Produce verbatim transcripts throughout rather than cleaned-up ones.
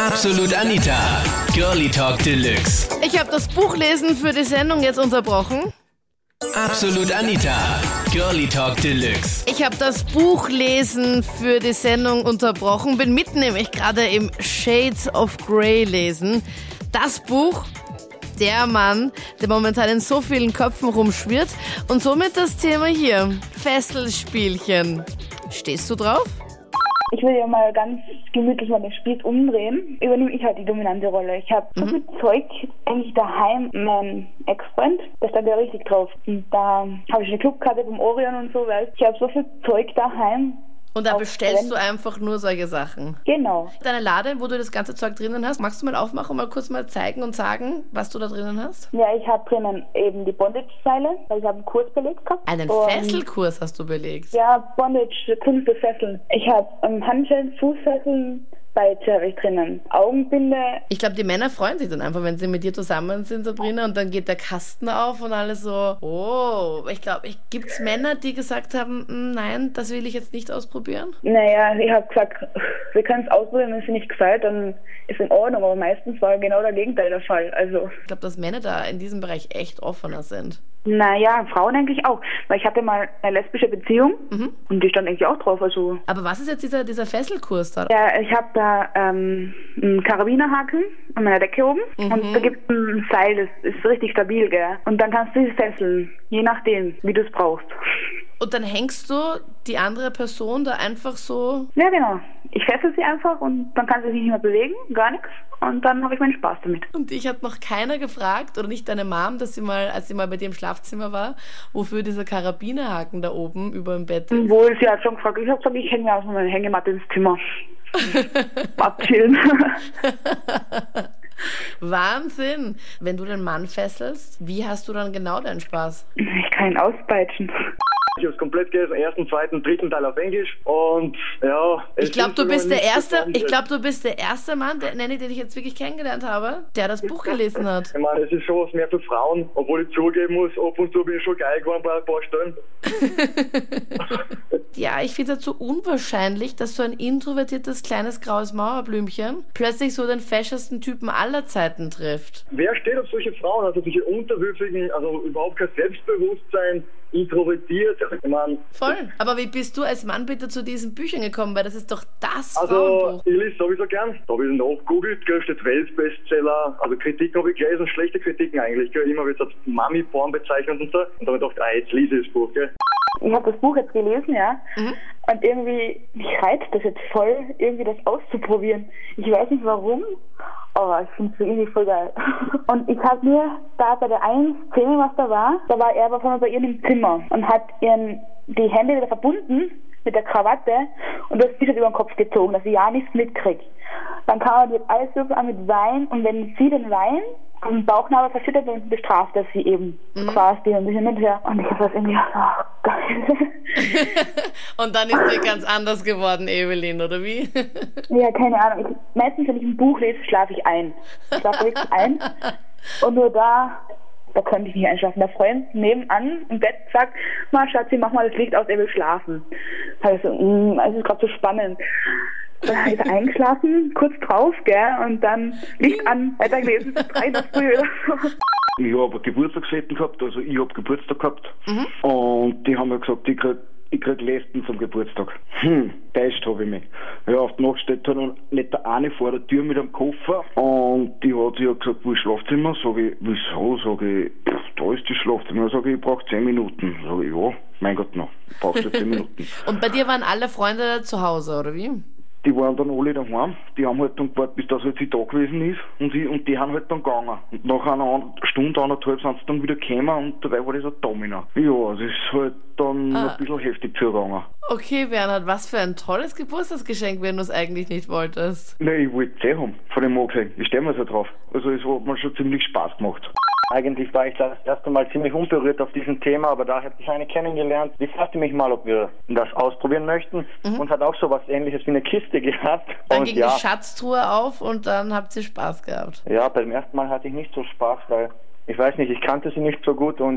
Absolut Anita, Girlie Talk Deluxe. Ich habe das Buchlesen für die Sendung jetzt unterbrochen. Absolut Anita, Girlie Talk Deluxe. Ich habe das Buchlesen für die Sendung unterbrochen. Bin mitten nämlich gerade im Shades of Grey lesen. Das Buch, der Mann, der momentan in so vielen Köpfen rumschwirrt. Und somit das Thema hier, Fesselspielchen. Stehst du drauf? Ich will ja mal ganz gemütlich mal den Spieß umdrehen. Übernehme ich halt die dominante Rolle. Ich habe so viel Zeug eigentlich daheim. Mein Ex-Freund, der stand ja richtig drauf. Und da habe ich eine Clubkarte vom Orion und so, weil ich habe so viel Zeug daheim. Und da bestellst du einfach nur solche Sachen? Genau. Deine Lade, wo du das ganze Zeug drinnen hast, magst du mal aufmachen und mal kurz mal zeigen und sagen, was du da drinnen hast? Ja, ich habe drinnen eben die Bondage-Seile, weil ich habe einen Kurs belegt gehabt. Einen und Fesselkurs hast du belegt? Ja, Bondage, Kunst des Fesseln. Ich habe ähm, Handschellen, Fußfesseln, Beize habe ich drinnen. Augenbinde. Ich glaube, die Männer freuen sich dann einfach, wenn sie mit dir zusammen sind, Sabrina, und dann geht der Kasten auf und alle so, oh. Ich glaube, gibt es Männer, die gesagt haben, nein, das will ich jetzt nicht ausprobieren? Naja, ich habe gesagt, wir können es ausprobieren, wenn es dir nicht gefällt, dann ist in Ordnung, aber meistens war genau der Gegenteil der Fall. Also ich glaube, dass Männer da in diesem Bereich echt offener sind. Naja, Frauen eigentlich auch, weil ich hatte mal eine lesbische Beziehung mhm. und die stand eigentlich auch drauf. Also. Aber was ist jetzt dieser, dieser Fesselkurs da? Ja, ich habe da ähm, einen Karabinerhaken an meiner Decke oben mhm. und da gibt es ein Seil, das ist richtig stabil, gell? Und dann kannst du sie fesseln, je nachdem, wie du es brauchst. Und dann hängst du die andere Person da einfach so? Ja, genau. Ich fessel sie einfach und dann kann sie sich nicht mehr bewegen, gar nichts. Und dann habe ich meinen Spaß damit. Und dich hat noch keiner gefragt, oder nicht deine Mom, dass sie mal, als sie mal bei dir im Schlafzimmer war, wofür dieser Karabinerhaken da oben über dem Bett ist? Wohl, sie hat schon gefragt. Ich habe gesagt, ich hänge aus meiner Hängematte ins Zimmer. Abchillen. Wahnsinn! Wenn du den Mann fesselst, wie hast du dann genau deinen Spaß? Ich kann ihn auspeitschen. Ich habe es komplett gelesen, ersten, zweiten, dritten Teil auf Englisch und ja... Ich glaube, du bist der erste, ich glaube, du bist der erste Mann, der, nenne ich, den ich jetzt wirklich kennengelernt habe, der das Buch gelesen hat. Ich meine, es ist schon was mehr für Frauen, obwohl ich zugeben muss, ab und zu bin ich schon geil geworden bei ein paar Stellen. Ja, ich finde es so unwahrscheinlich, dass so ein introvertiertes kleines graues Mauerblümchen plötzlich so den feschesten Typen aller Zeiten trifft. Wer steht auf solche Frauen, also solche unterwürfigen, also überhaupt kein Selbstbewusstsein, introvertiert? Ich mein, voll. Aber wie bist du als Mann bitte zu diesen Büchern gekommen? Weil das ist doch das also, Frauenbuch. Ich lese sowieso gern. Da habe ich nachgegoogelt, gell, steht Weltbestseller. Also Kritiken habe ich gelesen, schlechte Kritiken eigentlich. Gell. Immer wird es als Mami-Porn bezeichnet und so. Und da habe ich gedacht, ah, jetzt lese ich das Buch. Gell. Ich habe das Buch jetzt gelesen, ja. Mhm. Und irgendwie, mich reizt das jetzt voll, irgendwie das auszuprobieren. Ich weiß nicht warum, aber ich finde es irgendwie voll geil. Und ich habe nur da bei der einen Szene, was da war, da war er aber bei ihr im Zimmer und hat ihren die Hände wieder verbunden mit der Krawatte und das T-Shirt über den Kopf gezogen, dass sie ja nichts mitkriegt. Dann kam er jetzt alles so an mit Wein und wenn sie den Wein am Bauchnabel verschüttet, dann bestraft er sie eben mhm. quasi ein bisschen hinterher. Und ich habe das irgendwie, oh, geil. Und dann ist sie ganz anders geworden, Evelyn, oder wie? Ja, keine Ahnung. Ich, meistens, wenn ich ein Buch lese, schlafe ich ein. Ich schlafe wirklich ein. Und nur da, da könnte ich nicht einschlafen. Der Freund nebenan im Bett sagt, mal Schatzi, mach mal das Licht aus, er will schlafen. Also, mh, es ist gerade so spannend. Dann ist er eingeschlafen, kurz drauf, gell, und dann Licht an, weitergelesen, drei in der Früh oder so. Ich habe Geburtstagsfetten gehabt, also ich habe Geburtstag gehabt mhm. und die haben mir gesagt, ich krieg, ich krieg Lesben zum Geburtstag. Hm, täuscht habe ich mich. Ja, auf der Nacht steht da noch nicht der eine vor der Tür mit einem Koffer und die hat sich ja gesagt, wo ist Schlafzimmer? Sag ich, wieso? Sag ich, pff, da ist das Schlafzimmer. Sag ich, ich brauche zehn Minuten. Sag ich, ja, mein Gott, noch, brauchst du zehn Minuten. Und bei dir waren alle Freunde zu Hause, oder wie? Die waren dann alle daheim, die haben halt dann gewartet, bis das halt sie da gewesen ist und, sie, und die haben halt dann gegangen. Und nach einer Stunde, anderthalb sind sie dann wieder gekommen und dabei war das ein Domino. Ja, das ist halt dann ah. ein bisschen heftig zugegangen. Okay, Bernhard, was für ein tolles Geburtstagsgeschenk, wenn du es eigentlich nicht wolltest. Nein, ich wollte es eh haben, von dem Magsein. Ich stehe mir so drauf. Also es hat mir schon ziemlich Spaß gemacht. Eigentlich war ich das erste Mal ziemlich unberührt auf diesem Thema, aber da habe ich eine kennengelernt. Die fragte mich mal, ob wir das ausprobieren möchten mhm. und hat auch so was Ähnliches wie eine Kiste gehabt. Dann und ging ja, die Schatztruhe auf und dann habt ihr Spaß gehabt. Ja, beim ersten Mal hatte ich nicht so Spaß, weil ich weiß nicht, ich kannte sie nicht so gut und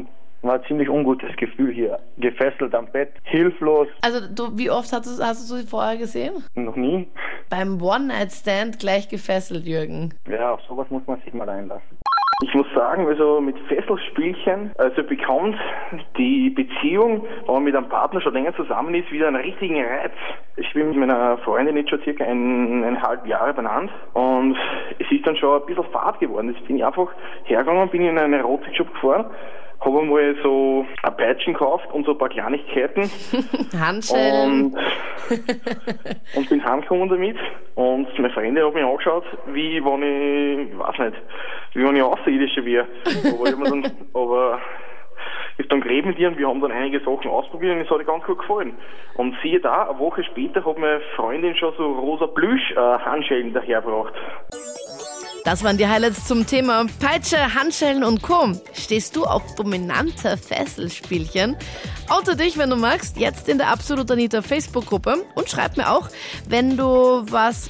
War ein ziemlich ungutes Gefühl hier. Gefesselt am Bett, hilflos. Also du, wie oft hast du, hast du sie vorher gesehen? Noch nie. Beim One-Night-Stand gleich gefesselt, Jürgen. Ja, auf sowas muss man sich mal einlassen. Ich muss sagen, also mit Fesselspielchen, also bekommt die Beziehung, wenn man mit einem Partner schon länger zusammen ist, wieder einen richtigen Reiz. Ich bin mit meiner Freundin jetzt schon circa ein, eineinhalb Jahre benannt und es ist dann schon ein bisschen Fahrt geworden. Jetzt bin ich einfach hergegangen, bin in einen Erotikshop gefahren, habe einmal so ein Peitschen gekauft und so ein paar Kleinigkeiten. Handschellen. Und, und bin heimgekommen damit. Und meine Freunde haben mich angeschaut, wie wenn ich, ich weiß nicht, wie wenn ich Außerirdische wäre. Aber ich habe dann, aber ich dann geredet mit ihr und wir haben dann einige Sachen ausprobiert und es hat ihr ganz gut gefallen. Und siehe da, eine Woche später hat meine Freundin schon so rosa Plüsch-Handschellen dahergebracht. Das waren die Highlights zum Thema Peitsche, Handschellen und Co. Stehst du auf dominante Fesselspielchen? Oute dich, wenn du magst, jetzt in der Absolut Anita Facebook-Gruppe und schreib mir auch, wenn du was...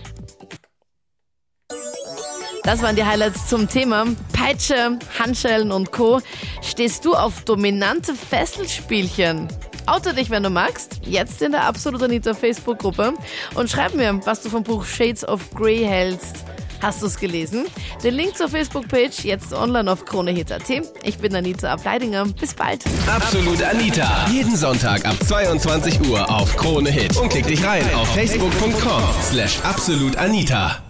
Das waren die Highlights zum Thema Peitsche, Handschellen und Co. Stehst du auf dominante Fesselspielchen? Oute dich, wenn du magst, jetzt in der Absolut Anita Facebook-Gruppe und schreib mir, was du vom Buch Shades of Grey hältst. Hast du es gelesen? Den Link zur Facebook-Page jetzt online auf kronehit punkt at. Ich bin Anita Ableidinger. Bis bald. Absolut Anita. Jeden Sonntag ab zweiundzwanzig Uhr auf Krone Hit. Und klick dich rein auf facebook punkt com slash absolutanita.